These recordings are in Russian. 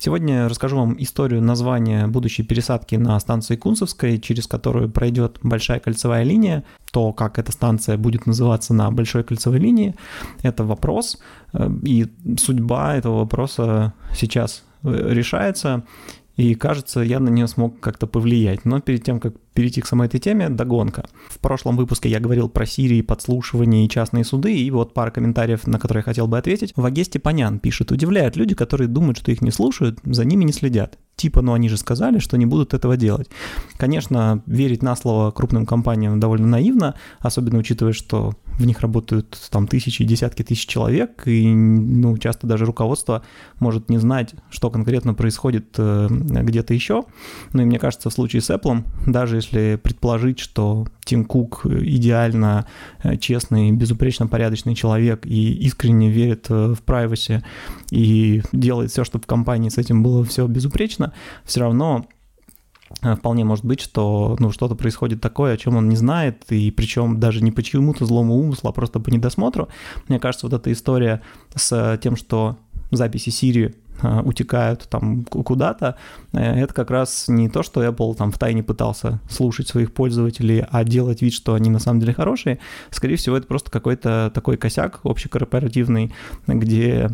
Сегодня расскажу вам историю названия будущей пересадки на станции Кунцевской, через которую пройдет большая кольцевая линия. То, как эта станция будет называться на большой кольцевой линии, это вопрос, и судьба этого вопроса сейчас решается. И, кажется, я на нее смог как-то повлиять. Но перед тем, как перейти к самой этой теме, догонка. В прошлом выпуске я говорил про Siri, подслушивание и частные суды, и вот пара комментариев, на которые я хотел бы ответить. Ваге Степанян пишет: удивляют люди, которые думают, что их не слушают, за ними не следят. Типа, ну они же сказали, что не будут этого делать. Конечно, верить на слово крупным компаниям довольно наивно, особенно учитывая, что в них работают там тысячи, десятки тысяч человек, и часто даже руководство может не знать, что конкретно происходит где-то еще. Ну и мне кажется, в случае с Apple, даже если предположить, что Тим Кук идеально честный, безупречно порядочный человек и искренне верит в privacy и делает все, чтобы в компании с этим было все безупречно, все равно вполне может быть, что что-то происходит такое, о чем он не знает, и причем даже не по чьему-то злому умыслу, а просто по недосмотру. Мне кажется, вот эта история с тем, что записи Siri утекают там куда-то, это как раз не то, что Apple там втайне пытался слушать своих пользователей, а делать вид, что они на самом деле хорошие. Скорее всего, это просто какой-то такой косяк общекорпоративный, где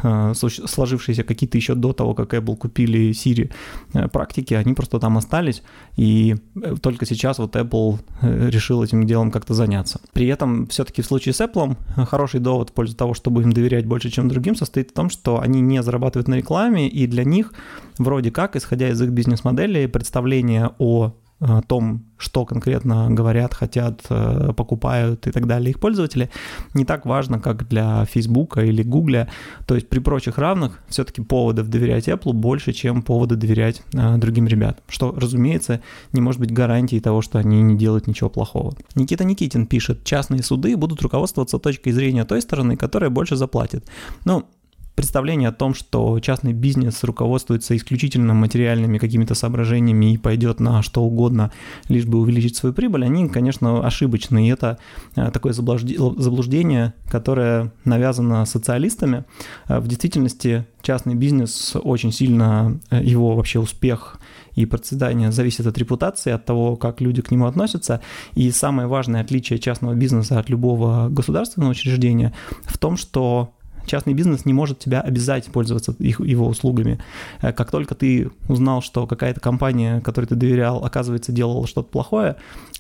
сложившиеся какие-то еще до того, как Apple купили Siri практики, они просто там остались, и только сейчас вот Apple решил этим делом как-то заняться. При этом все-таки в случае с Apple хороший довод в пользу того, чтобы им доверять больше, чем другим, состоит в том, что они не зарабатывают на рекламе, и для них вроде как, исходя из их бизнес-модели, представление о том, что конкретно говорят, хотят, покупают и так далее их пользователи, не так важно, как для Facebook или Google. То есть при прочих равных все-таки поводов доверять Apple больше, чем поводы доверять другим ребятам, что, разумеется, не может быть гарантией того, что они не делают ничего плохого. Никита Никитин пишет: частные суды будут руководствоваться точкой зрения той стороны, которая больше заплатит. Представление о том, что частный бизнес руководствуется исключительно материальными какими-то соображениями и пойдет на что угодно, лишь бы увеличить свою прибыль, они, конечно, ошибочны. И это такое заблуждение, которое навязано социалистами. В действительности частный бизнес очень сильно, его вообще успех и процветание зависит от репутации, от того, как люди к нему относятся. И самое важное отличие частного бизнеса от любого государственного учреждения в том, что частный бизнес не может тебя обязать пользоваться его услугами. Как только ты узнал, что какая-то компания, которой ты доверял, оказывается, делала что-то плохое,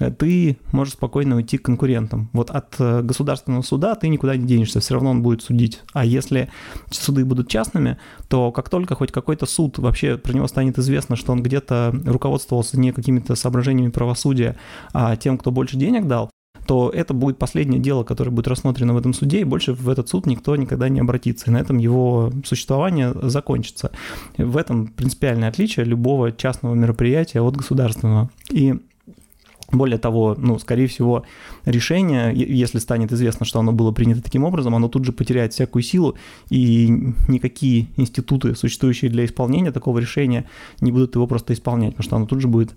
ты можешь спокойно уйти к конкурентам. Вот от государственного суда ты никуда не денешься, все равно он будет судить. А если суды будут частными, то как только хоть какой-то суд, вообще про него станет известно, что он где-то руководствовался не какими-то соображениями правосудия, а тем, кто больше денег дал, то это будет последнее дело, которое будет рассмотрено в этом суде, и больше в этот суд никто никогда не обратится, и на этом его существование закончится. В этом принципиальное отличие любого частного мероприятия от государственного. И более того, скорее всего, решение, если станет известно, что оно было принято таким образом, оно тут же потеряет всякую силу, и никакие институты, существующие для исполнения такого решения, не будут его просто исполнять, потому что оно тут же будет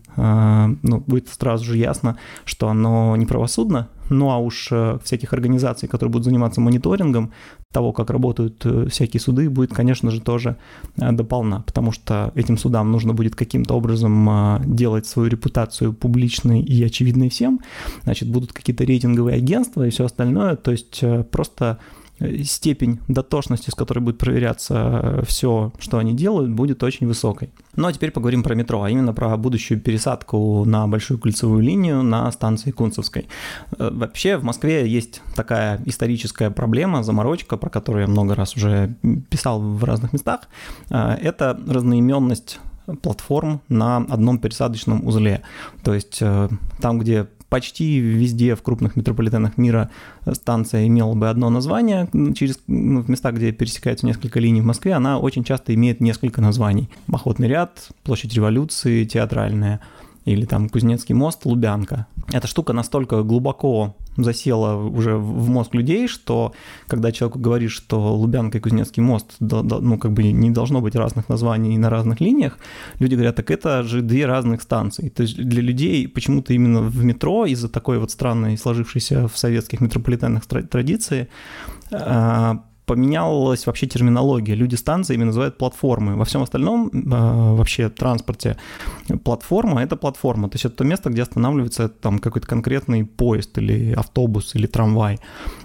сразу же ясно, что оно неправосудно. Ну а уж всяких организаций, которые будут заниматься мониторингом того, как работают всякие суды, будет, конечно же, тоже дополна, потому что этим судам нужно будет каким-то образом делать свою репутацию публичной и очевидной всем. Значит, будут какие-то рейтинговые агентства и все остальное, то есть просто степень дотошности, с которой будет проверяться все, что они делают, будет очень высокой. Ну а теперь поговорим про метро, а именно про будущую пересадку на большую кольцевую линию на станции Кунцевской. Вообще в Москве есть такая историческая проблема, заморочка, про которую я много раз уже писал в разных местах. Это разноименность платформ на одном пересадочном узле. То есть там, где почти везде в крупных метрополитенах мира станция имела бы одно название, в местах, где пересекаются несколько линий в Москве, она очень часто имеет несколько названий. Охотный ряд, площадь Революции, Театральная, или там Кузнецкий мост, Лубянка. Эта штука настолько глубоко засела уже в мозг людей, что когда человеку говоришь, что Лубянка и Кузнецкий мост, не должно быть разных названий на разных линиях, люди говорят, так это же две разных станции. То есть для людей почему-то именно в метро из-за такой вот странной сложившейся в советских метрополитенах традиции поменялась вообще терминология. Люди станциями называют платформы. Во всем остальном вообще транспорте платформа – это платформа. То есть это то место, где останавливается там какой-то конкретный поезд или автобус или трамвай.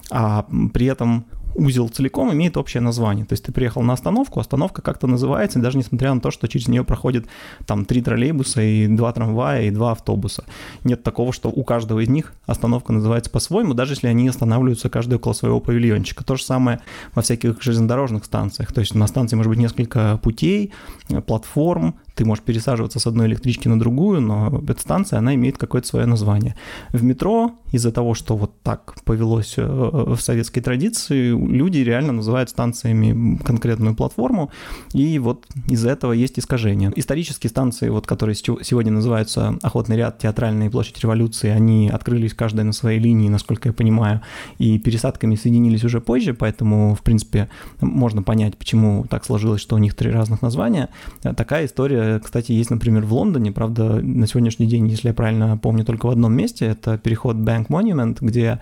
А при этом узел целиком имеет общее название. То есть ты приехал на остановку, остановка как-то называется, даже несмотря на то, что через нее проходит там 3 троллейбуса и 2 трамвая и 2 автобуса. Нет такого, что у каждого из них остановка называется по-своему, даже если они останавливаются каждый около своего павильончика. То же самое во всяких железнодорожных станциях. То есть на станции может быть несколько путей, платформ, ты можешь пересаживаться с одной электрички на другую, но эта станция, она имеет какое-то свое название. В метро из-за того, что вот так повелось в советской традиции, люди реально называют станциями конкретную платформу, и вот из-за этого есть искажения. Исторические станции, вот, которые сегодня называются Охотный ряд, Театральная и Площадь Революции, они открылись каждая на своей линии, насколько я понимаю, и пересадками соединились уже позже, поэтому, в принципе, можно понять, почему так сложилось, что у них 3 разных названия. Такая история, кстати, есть, например, в Лондоне, правда, на сегодняшний день, если я правильно помню, только в одном месте, это переход Bank Monument, где,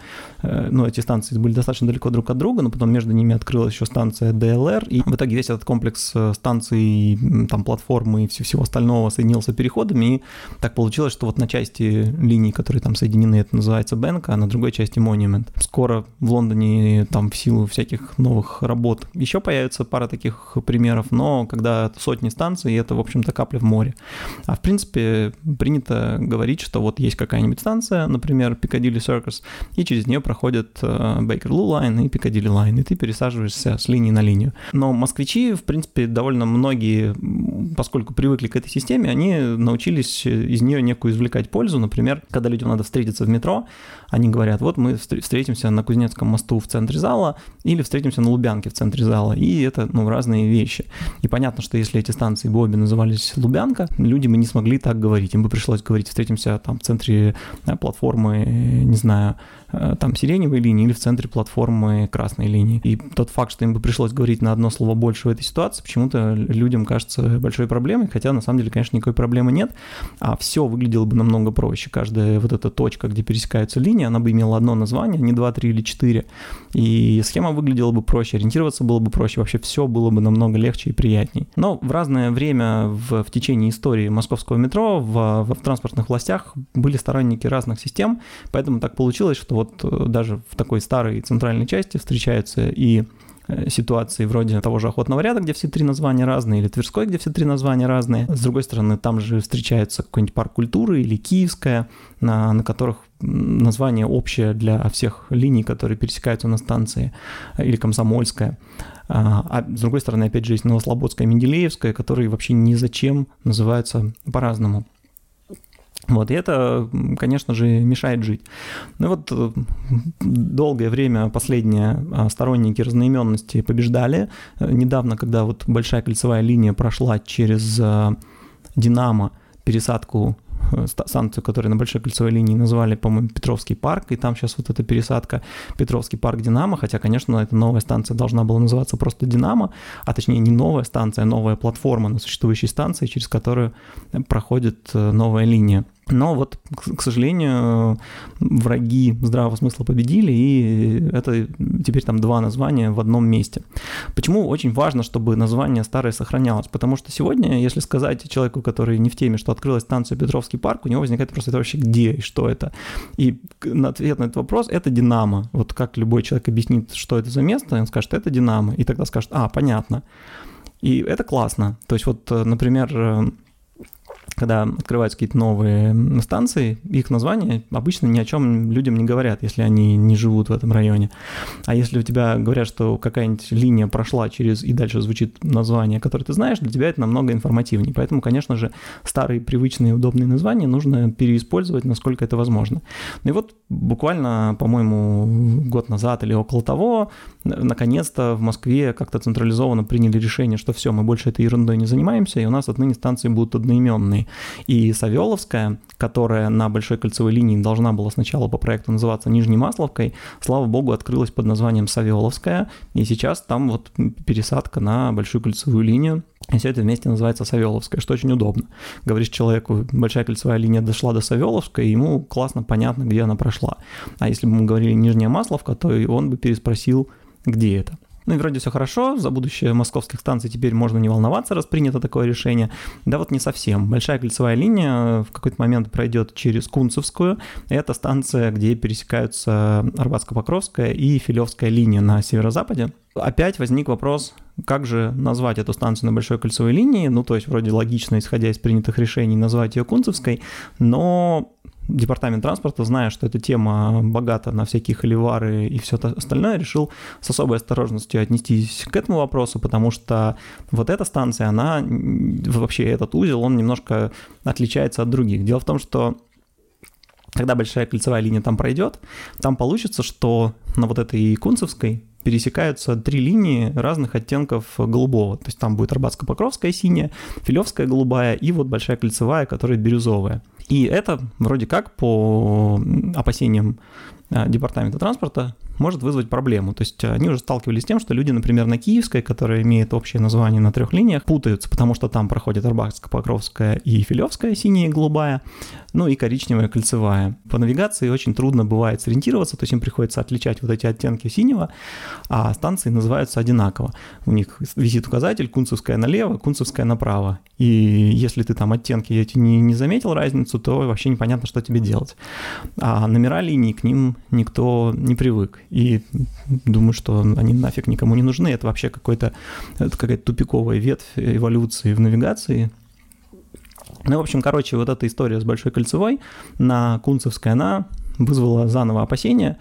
эти станции были достаточно далеко друг от друга, но потом между ними открылась еще станция DLR, и в итоге весь этот комплекс станций, там, платформы и всего остального соединился переходами, и так получилось, что вот на части линий, которые там соединены, это называется Bank, а на другой части Monument. Скоро в Лондоне, там, в силу всяких новых работ еще появится пара таких примеров, но когда сотни станций, это, в общем-то, капля в море. А в принципе принято говорить, что вот есть какая-нибудь станция, например, Piccadilly Circus, и через нее проходят Bakerloo Line и Piccadilly Line, и ты пересаживаешься с линии на линию. Но москвичи, в принципе, довольно многие, поскольку привыкли к этой системе, они научились из нее некую извлекать пользу. Например, когда людям надо встретиться в метро, они говорят, вот мы встретимся на Кузнецком мосту в центре зала или встретимся на Лубянке в центре зала, и это, разные вещи. И понятно, что если эти станции бы обе назывались Лубянка, люди бы не смогли так говорить. Им бы пришлось говорить, встретимся там в центре платформы, не знаю, там сиреневой линии или в центре платформы красной линии. И тот факт, что им бы пришлось говорить на одно слово больше в этой ситуации, почему-то людям кажется большой проблемой, хотя на самом деле, конечно, никакой проблемы нет, а все выглядело бы намного проще. Каждая вот эта точка, где пересекаются линии, она бы имела одно название, не 2, 3 или 4, и схема выглядела бы проще, ориентироваться было бы проще, вообще все было бы намного легче и приятней. Но в разное время в течение истории московского метро в транспортных властях были сторонники разных систем, поэтому так получилось, что вот даже в такой старой центральной части встречаются и ситуации вроде того же Охотного ряда, где все 3 названия разные, или Тверской, где все 3 названия разные. С другой стороны, там же встречается какой-нибудь парк культуры или Киевская, на которых название общее для всех линий, которые пересекаются на станции, или Комсомольская. А с другой стороны, опять же, есть Новослободская, Менделеевская, которые вообще ни зачем называются по-разному. Вот, и это, конечно же, мешает жить. Ну вот долгое время последние сторонники разноименности побеждали. Недавно, когда вот большая кольцевая линия прошла через Динамо, пересадку, станцию, которую на большой кольцевой линии назвали, по-моему, Петровский парк, и там сейчас вот эта пересадка Петровский парк Динамо, хотя, конечно, эта новая станция должна была называться просто Динамо, а точнее не новая станция, а новая платформа на существующей станции, через которую проходит новая линия. Но вот, к сожалению, враги здравого смысла победили, и это теперь там 2 названия в одном месте. Почему очень важно, чтобы название старое сохранялось? Потому что сегодня, если сказать человеку, который не в теме, что открылась станция Петровский парк, у него возникает просто, это вообще где и что это? И ответ на этот вопрос – это Динамо. Вот как любой человек объяснит, что это за место, он скажет, это Динамо, и тогда скажет, понятно. И это классно. То есть вот, например, когда открываются какие-то новые станции, их названия обычно ни о чем людям не говорят, если они не живут в этом районе. А если у тебя говорят, что какая-нибудь линия прошла через, и дальше звучит название, которое ты знаешь, для тебя это намного информативнее. Поэтому, конечно же, старые, привычные, удобные названия нужно переиспользовать, насколько это возможно. И вот буквально, по-моему, год назад или около того, наконец-то в Москве как-то централизованно приняли решение, что все, мы больше этой ерундой не занимаемся, и у нас отныне станции будут одноименные. И Савеловская, которая на большой кольцевой линии должна была сначала по проекту называться Нижней Масловкой, слава богу, открылась под названием Савеловская, и сейчас там вот пересадка на большую кольцевую линию, и все это вместе называется Савеловская, что очень удобно. Говоришь человеку, большая кольцевая линия дошла до Савеловской, и ему классно понятно, где она прошла. А если бы мы говорили Нижняя Масловка, то он бы переспросил, где это. Ну и вроде все хорошо, за будущее московских станций теперь можно не волноваться, раз принято такое решение. Да вот не совсем. Большая кольцевая линия в какой-то момент пройдет через Кунцевскую. Это станция, где пересекаются Арбатско-Покровская и Филевская линия на северо-западе. Опять возник вопрос, как же назвать эту станцию на Большой кольцевой линии. Ну, то есть вроде логично, исходя из принятых решений, назвать ее Кунцевской, но Департамент транспорта, зная, что эта тема богата на всякие холивары и все остальное, решил с особой осторожностью отнестись к этому вопросу, потому что вот эта станция, она, вообще этот узел, он немножко отличается от других. Дело в том, что когда большая кольцевая линия там пройдет, там получится, что на вот этой Кунцевской пересекаются 3 линии разных оттенков голубого. То есть там будет Арбатско-Покровская синяя, Филевская голубая и вот большая кольцевая, которая бирюзовая. И это вроде как по опасениям Департамента транспорта может вызвать проблему. То есть они уже сталкивались с тем, что люди, например, на Киевской, которая имеет общее название на 3 линиях, путаются, потому что там проходит Арбатско-Покровская и Филевская, синяя и голубая, ну и коричневая кольцевая. По навигации очень трудно бывает сориентироваться, то есть им приходится отличать вот эти оттенки синего, а станции называются одинаково. У них висит указатель Кунцевская налево, Кунцевская направо. И если ты там оттенки эти не заметил разницу, то вообще непонятно, что тебе делать. А номера линий к ним никто не привык. И думаю, что они нафиг никому не нужны. Это вообще какая-то тупиковая ветвь эволюции в навигации. Ну, в общем, короче, вот эта история с Большой кольцевой на Кунцевской, она вызвала заново опасения,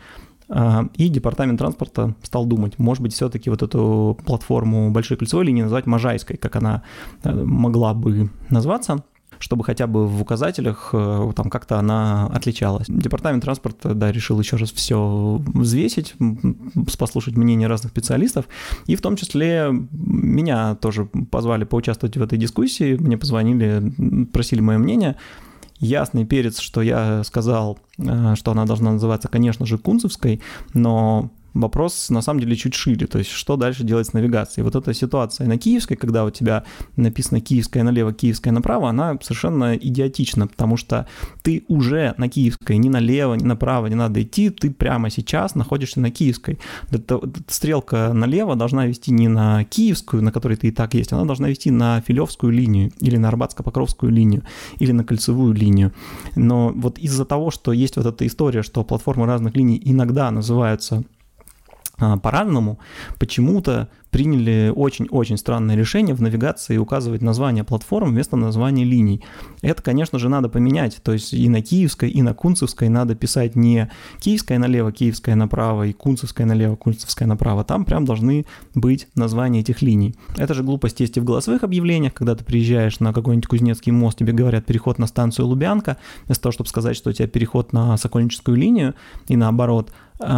и Департамент транспорта стал думать, может быть, все-таки вот эту платформу Большой кольцевой линии назвать Можайской, как она могла бы назваться, чтобы хотя бы в указателях там как-то она отличалась. Департамент транспорта, да, решил еще раз все взвесить, послушать мнение разных специалистов, и в том числе меня тоже позвали поучаствовать в этой дискуссии, мне позвонили, просили мое мнение. Ясный перец, что я сказал, что она должна называться, конечно же, Кунцевской, но вопрос на самом деле чуть шире, то есть что дальше делать с навигацией. Вот эта ситуация на Киевской, когда у тебя написано Киевская налево, Киевская направо, она совершенно идиотична, потому что ты уже на Киевской, ни налево, ни направо не надо идти, ты прямо сейчас находишься на Киевской. Стрелка налево должна вести не на Киевскую, на которой ты и так есть, она должна вести на Филевскую линию, или на Арбатско-Покровскую линию, или на Кольцевую линию. Но вот из-за того, что есть вот эта история, что платформы разных линий иногда называются по-разному, почему-то приняли очень-очень странное решение в навигации указывать название платформ вместо названия линий. Это, конечно же, надо поменять. То есть и на Киевской, и на Кунцевской надо писать не Киевская налево, Киевская направо и Кунцевская налево, Кунцевская направо. Там прям должны быть названия этих линий. Это же глупость есть и в голосовых объявлениях, когда ты приезжаешь на какой-нибудь Кузнецкий мост, тебе говорят переход на станцию Лубянка, вместо того, чтобы сказать, что у тебя переход на Сокольническую линию и наоборот.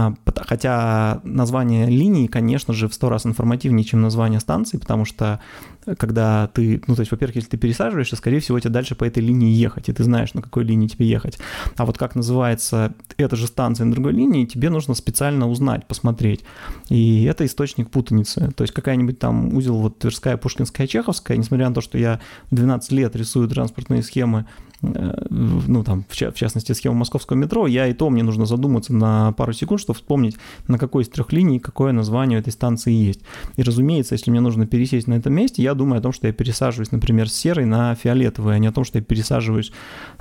Хотя название линии, конечно же, в 100 раз информативнее, чем название станции, потому что когда ты, ну, то есть, во-первых, если ты пересаживаешься, скорее всего, тебе дальше по этой линии ехать, и ты знаешь, на какой линии тебе ехать. А вот как называется эта же станция на другой линии, тебе нужно специально узнать, посмотреть. И это источник путаницы. То есть какая-нибудь там узел, вот Тверская, Пушкинская, Чеховская, несмотря на то, что я 12 лет рисую транспортные схемы, ну, там, в частности, схему московского метро, мне нужно задуматься на пару секунд, чтобы вспомнить, на какой из 3 линий какое название у этой станции есть. И, разумеется, если мне нужно пересесть на этом месте, я думаю о том, что я пересаживаюсь, например, с серой на фиолетовый, а не о том, что я пересаживаюсь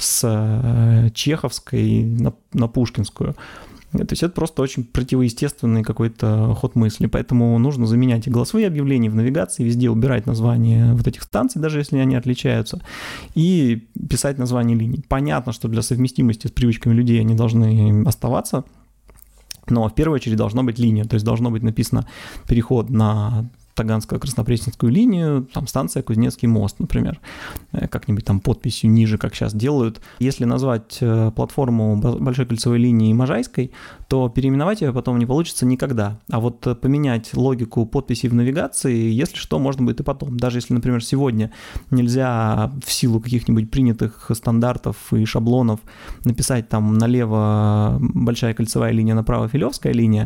с Чеховской на Пушкинскую. То есть это просто очень противоестественный какой-то ход мысли, поэтому нужно заменять и голосовые объявления в навигации, везде убирать названия вот этих станций, даже если они отличаются, и писать название линий. Понятно, что для совместимости с привычками людей они должны оставаться, но в первую очередь должна быть линия, то есть должно быть написано переход на Таганско-Краснопресненскую линию, там станция Кузнецкий мост, например, как-нибудь там подписью ниже, как сейчас делают. Если назвать платформу Большой кольцевой линии Можайской, то переименовать ее потом не получится никогда. А вот поменять логику подписей в навигации, если что, можно будет и потом. Даже если, например, сегодня нельзя в силу каких-нибудь принятых стандартов и шаблонов написать там налево Большая кольцевая линия, направо Филевская линия,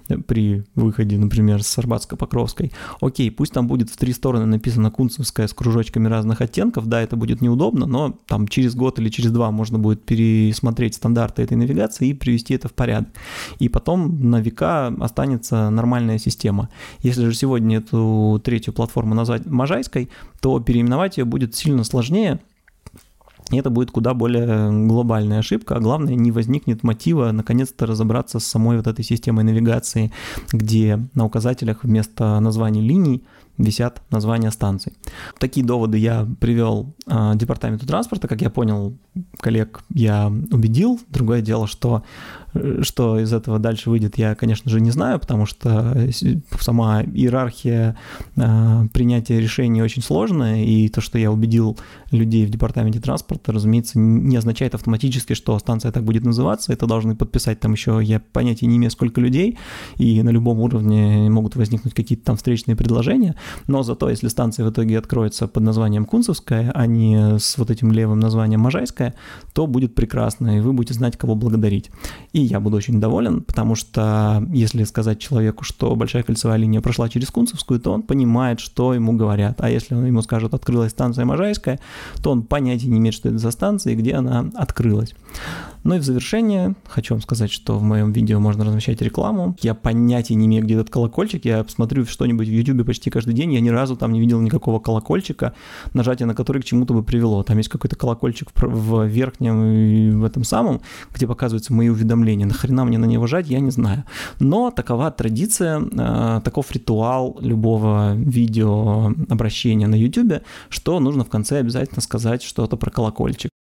при выходе, например, с Арбатско-Покровской. Окей, пусть там будет в 3 стороны написано Кунцевская с кружочками разных оттенков, да, это будет неудобно, но там через год или через 2 можно будет пересмотреть стандарты этой навигации и привести это в порядок. И потом на века останется нормальная система. Если же сегодня эту 3-ю платформу назвать Можайской, то переименовать ее будет сильно сложнее, и это будет куда более глобальная ошибка, а главное, не возникнет мотива наконец-то разобраться с самой вот этой системой навигации, где на указателях вместо названий линий висят названия станций. Такие доводы я привел департаменту транспорта, как я понял, коллег я убедил. Другое дело, что из этого дальше выйдет, я, конечно же, не знаю, потому что сама иерархия принятия решений очень сложная, и то, что я убедил людей в департаменте транспорта, разумеется, не означает автоматически, что станция так будет называться. Это должны подписать там еще, я понятия не имею, сколько людей, и на любом уровне могут возникнуть какие-то там встречные предложения. Но зато, если станция в итоге откроется под названием Кунцевская, а не с вот этим левым названием Можайская, то будет прекрасно, и вы будете знать, кого благодарить. И я буду очень доволен, потому что если сказать человеку, что большая кольцевая линия прошла через Кунцевскую, то он понимает, что ему говорят. А если он ему скажет, открылась станция Можайская, то он понятия не имеет, что это за станция и где она открылась. Ну и в завершение хочу вам сказать, что в моем видео можно размещать рекламу. Я понятия не имею, где этот колокольчик. Я смотрю что-нибудь в YouTube почти каждый день. Я ни разу там не видел никакого колокольчика, нажатие на который к чему-то бы привело. Там есть какой-то колокольчик в верхнем и в этом самом, где показываются мои уведомления. Нахрена мне на него жать, я не знаю. Но такова традиция, таков ритуал любого видеообращения на YouTube, что нужно в конце обязательно сказать что-то про колокольчик.